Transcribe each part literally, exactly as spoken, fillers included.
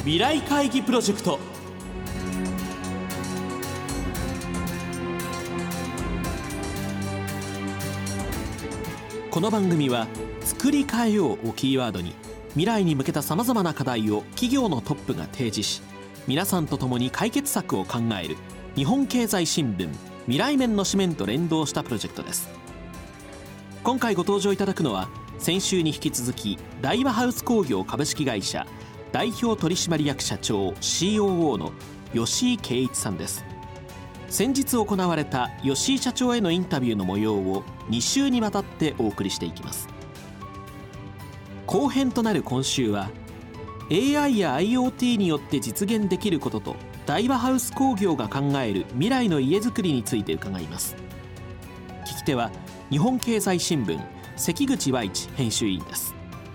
未来会議プロジェクト。この番組は作り変えようをキーワードに未来に向けたさまざまな課題を企業のトップが提示し、皆さんと共に解決策を考える日本経済新聞未来面の紙面と連動したプロジェクトです。今回ご登場いただくのは、先週に引き続き大和ハウス工業株式会社代表取締役社長 シーオーオー の吉井圭一さんです。先日行われた吉井社長へのインタビューの模様をに週にわたってお送りしていきます。後編となる今週は、 エーアイ や アイオーティー によって実現できることと大和ハウス工業が考える未来の家づくりについて伺います。聞き手は日本経済新聞関口和一編集委員です。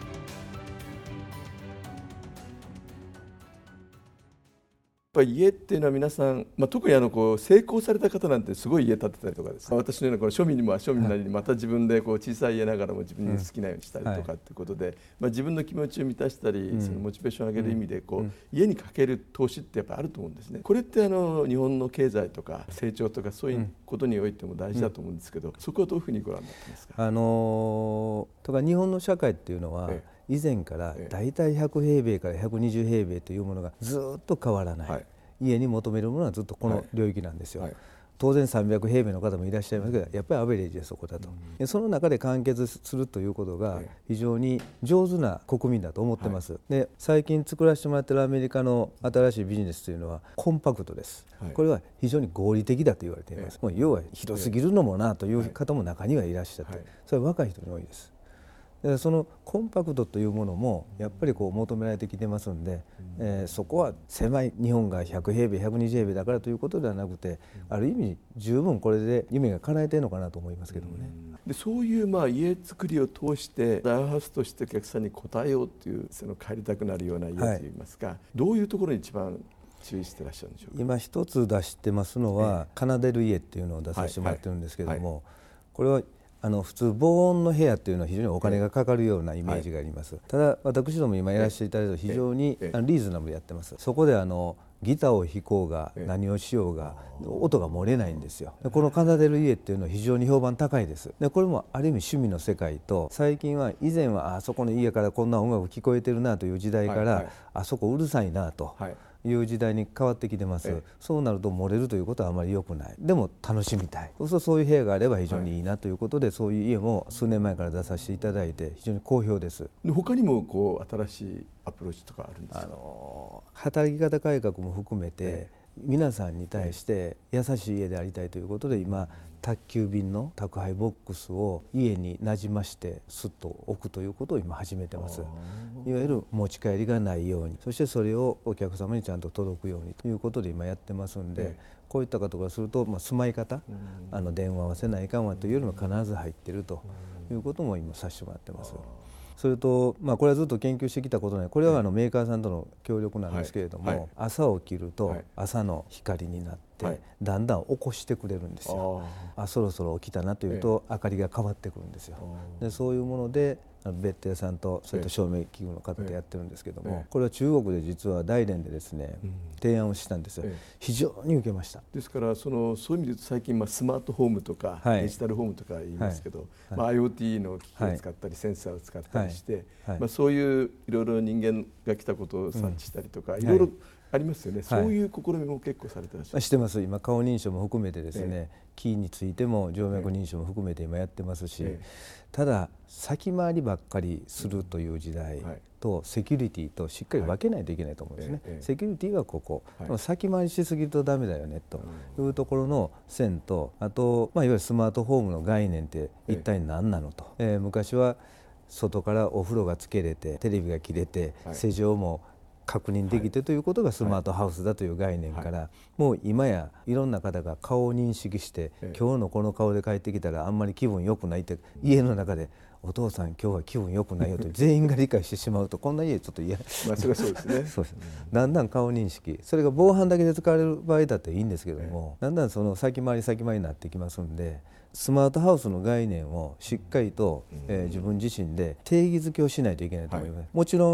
やっぱり家っていうのは皆さん、まあ、特にあのこう成功された方なんてすごい家建てたりとかです、ね、私のようなこの庶民にも庶民なりにまた自分でこう小さい家ながらも自分に好きなようにしたりとかっていうことで、まあ、自分の気持ちを満たしたり、そのモチベーションを上げる意味でこう家にかける投資ってやっぱあると思うんですね。これってあの日本の経済とか成長とかそういうことにおいても大事だと思うんですけど、そこはどういうふうにご覧になってますか。 あのー、とか日本の社会っていうのは、ええ、以前からだいたいひゃくへいべいからひゃくにじゅうへいべいというものがずっと変わらない、はい、家に求めるものはずっとこの領域なんですよ、はいはい、当然さんびゃくへいべいの方もいらっしゃいますけど、やっぱりアベレージでそこだと、うん、その中で完結するということが非常に上手な国民だと思ってます、はい、で最近作らせてもらっているアメリカの新しいビジネスというのはコンパクトです、はい、これは非常に合理的だと言われています、はい、もう要は広すぎるのもなという方も中にはいらっしゃって、はい、それは若い人に多いです。そのコンパクトというものもやっぱりこう求められてきてますんで、えー、そこは狭い日本がひゃくへいべいひゃくにじゅうへいべいだからということではなくて、ある意味十分これで夢が叶えているのかなと思いますけどもね。 でそういうまあ家作りを通して大和ハウスとしてお客さんに応えようという、その帰りたくなるような家といいますか、はい、どういうところに一番注意してらっしゃるんでしょうか。 今一つ出してますのは、えー、奏でる家っていうのを出させてもらってるんですけども、はいはい、これはあの普通防音の部屋っていうのは非常にお金がかかるようなイメージがあります、はい、ただ私ども今やらせていただいて非常にリーズナブルやってます。そこであのギターを弾こうが何をしようが音が漏れないんですよ。でこの奏でる家っていうのは非常に評判高いです。でこれもある意味趣味の世界と、最近は以前はあそこの家からこんな音楽聞こえてるなという時代から、はいはい、あそこうるさいなと、はいいう時代に変わってきてます、ええ、そうなると漏れるということはあまり良くない。でも楽しみたい。そうするとそういう部屋があれば非常にいいなということで、はい、そういう家も数年前から出させていただいて非常に好評です。 で他にもこう新しいアプローチとかあるんですか。あの働き方改革も含めて、ええ皆さんに対して優しい家でありたいということで、今宅急便の宅配ボックスを家になじましてスッと置くということを今始めてます。いわゆる持ち帰りがないように、そしてそれをお客様にちゃんと届くようにということで今やってますんで、こういった方がすると、まあ、住まい方、あの電話合わせないかんわというよりも必ず入っているということも今させてもらってます。それと、まあ、これはずっと研究してきたことない、これはあのメーカーさんとの協力なんですけれども、はいはい、朝起きると朝の光になって、はい、だんだん起こしてくれるんですよ。あそろそろ起きたなというと、明かりが変わってくるんですよ。でそういうものでベッド屋さんとそれと照明器具の方でやってるんですけども、これは中国で実は大連でですね、うん、提案をしたんですよ。非常に受けました。 ですからそのそういう意味で言うと最近まあスマートホームとか、はい、デジタルホームとか言いますけど、はいまあ、IoT の機器を使ったり、はい、センサーを使ったりして、はいはいまあ、そういういろいろ人間が来たことを察知したりとか、うん、いろいろありますよね、はい、そういう試みも結構されてらっしゃる。 してます。今顔認証も含めてですね、ええ、キーについても静脈認証も含めて今やってますし、ええ、ただ先回りばっかりするという時代とセキュリティとしっかり分けないといけないと思うんですね、はいええ、セキュリティはここ、はい、先回りしすぎるとダメだよねというところの線と、あと、まあ、いわゆるスマートホームの概念って一体何なのと、ええ、昔は外からお風呂がつけれてテレビが切れて、はい、施錠も確認できてということがスマートハウスだという概念から、もう今やいろんな方が顔を認識して、今日のこの顔で帰ってきたらあんまり気分良くないって、家の中でお父さん今日は気分良くないよと全員が理解してしまうとこんな家ちょっと嫌。 まあそれはそうですね。 そうです。だんだん顔認識、それが防犯だけで使われる場合だっていいんですけども、だんだんその先回り先回りになってきますんで、スマートハウスの概念をしっかりと、えー、自分自身で定義づけをしないといけないと思います、はい、もちろん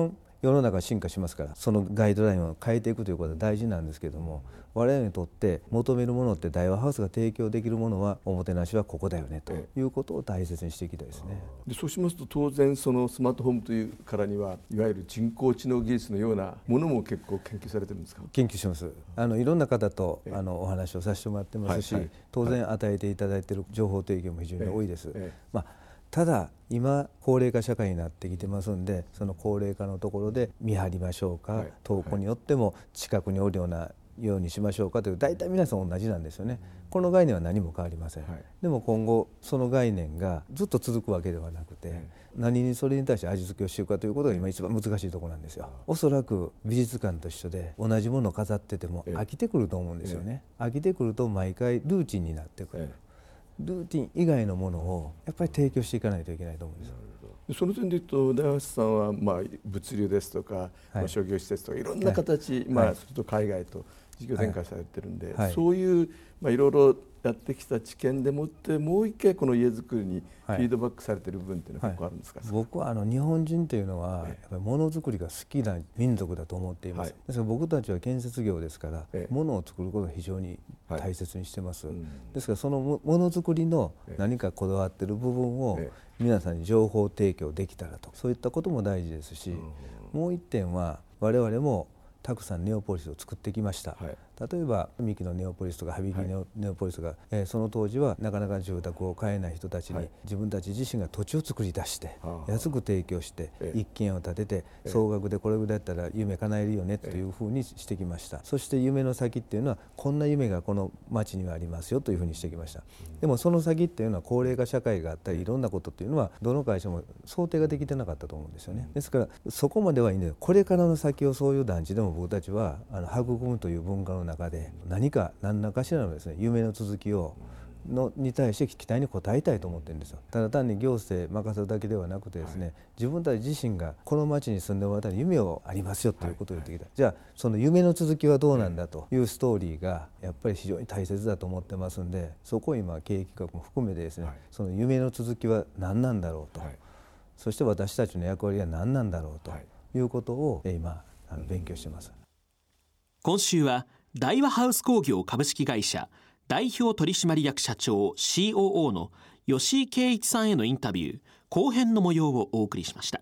世の中進化しますから、そのガイドラインを変えていくということは大事なんですけども、我々にとって求めるものって、大和ハウスが提供できるものはおもてなしはここだよねということを大切にしていきたいですね。 でそうしますと、当然そのスマートホームというからには、いわゆる人工知能技術のようなものも結構研究されてるんですか？ 研究します。あのいろんな方とあのお話をさせてもらってますし、はいはい、当然与えていただいている情報提供も非常に多いです。ええええまあ、ただ今高齢化社会になってきてますんで、その高齢化のところで見張りましょうか、はい、遠くによっても近くにおるようなようにしましょうかという、大体皆さん同じなんですよね。この概念は何も変わりません。はい、でも今後その概念がずっと続くわけではなくて、はい、何にそれに対して味付けをしていくかということが今一番難しいところなんですよ。おそらく美術館と一緒で、同じものを飾ってても飽きてくると思うんですよね。飽きてくると毎回ルーチンになってくる。ルーティン以外のものをやっぱり提供していかないといけないと思うんですよ。 その点でいうと、大和さんはまあ物流ですとか、はい、商業施設とかいろんな形、はい、まあ、それと海外と事業展開されてるんで、はい、そういうまあいろいろやってきた知見でもって、もう一回この家づくりにフィードバックされている部分っていうのは結構あるんですか？ はい、僕はあの日本人というのはやっぱりものづくりが好きな民族だと思っています。はい、ですから僕たちは建設業ですから、ものを作ることを非常に大切にしてます。はい、ですからそのものづくりの何かこだわっている部分を皆さんに情報提供できたらと、そういったことも大事ですし、もう一点は我々もたくさんネオポリスを作ってきました。はい、例えば三木のネオポリスとか羽曳ネオ、はい、ネオポリスが、えー、その当時はなかなか住宅を買えない人たちに、はい、自分たち自身が土地を作り出して、はい、安く提供して、えー、一軒家を建てて、えー、総額でこれぐらいだったら夢叶えるよねというふうにしてきました。えー、そして夢の先っていうのは、こんな夢がこの町にはありますよというふうにしてきました。うん、でもその先っていうのは、高齢化社会があったりいろんなことっていうのはどの会社も想定ができてなかったと思うんですよね。ですからそこまではいいんだけど、これからの先をそういう団地でも僕たちはあの育むという文化の中で、何か何らかしらのですね、夢の続きをのに対して期待に応えたいと思ってるんですよ。ただ単に行政任せるだけではなくてですね、はい、自分たち自身がこの町に住んでもらったら夢をありますよということを言ってきた。はい、じゃあその夢の続きはどうなんだというストーリーがやっぱり非常に大切だと思ってますんで、そこを今経営企画も含めてですね、はい、その夢の続きは何なんだろうと、はい、そして私たちの役割は何なんだろうということを今あの勉強してます。 今週は大和ハウス工業株式会社代表取締役社長 シーオーオー の吉井圭一さんへのインタビュー後編の模様をお送りしました。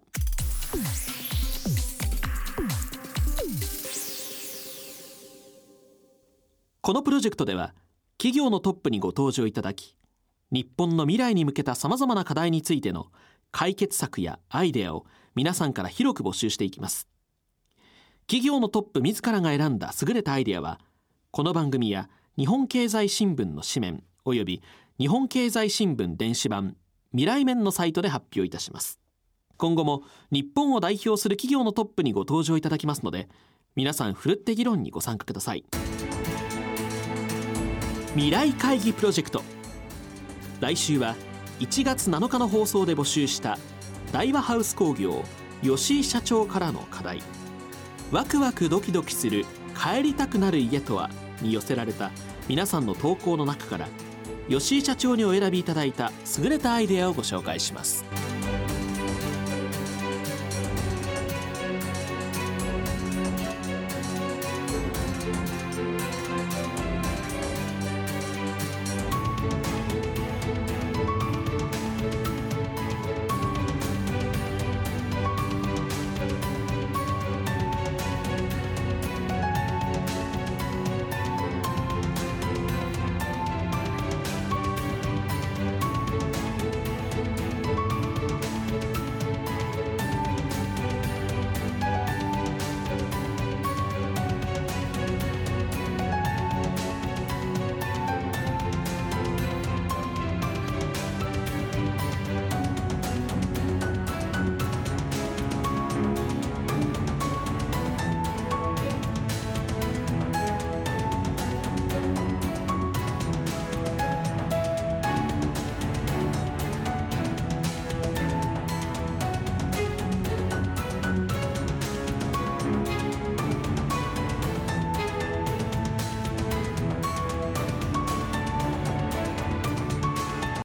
このプロジェクトでは、企業のトップにご登場いただき、日本の未来に向けたさまざまな課題についての解決策やアイデアを皆さんから広く募集していきます。企業のトップ自らが選んだ優れたアイデアは、この番組や日本経済新聞の紙面および日本経済新聞電子版未来面のサイトで発表いたします。今後も日本を代表する企業のトップにご登場いただきますので、皆さんふるって議論にご参加ください。未来会議プロジェクト、来週はいちがつなのかの放送で募集した大和ハウス工業吉井社長からの課題、ワクワクドキドキする帰りたくなる家とはに寄せられた皆さんの投稿の中から、吉井社長にお選びいただいた優れたアイデアをご紹介します。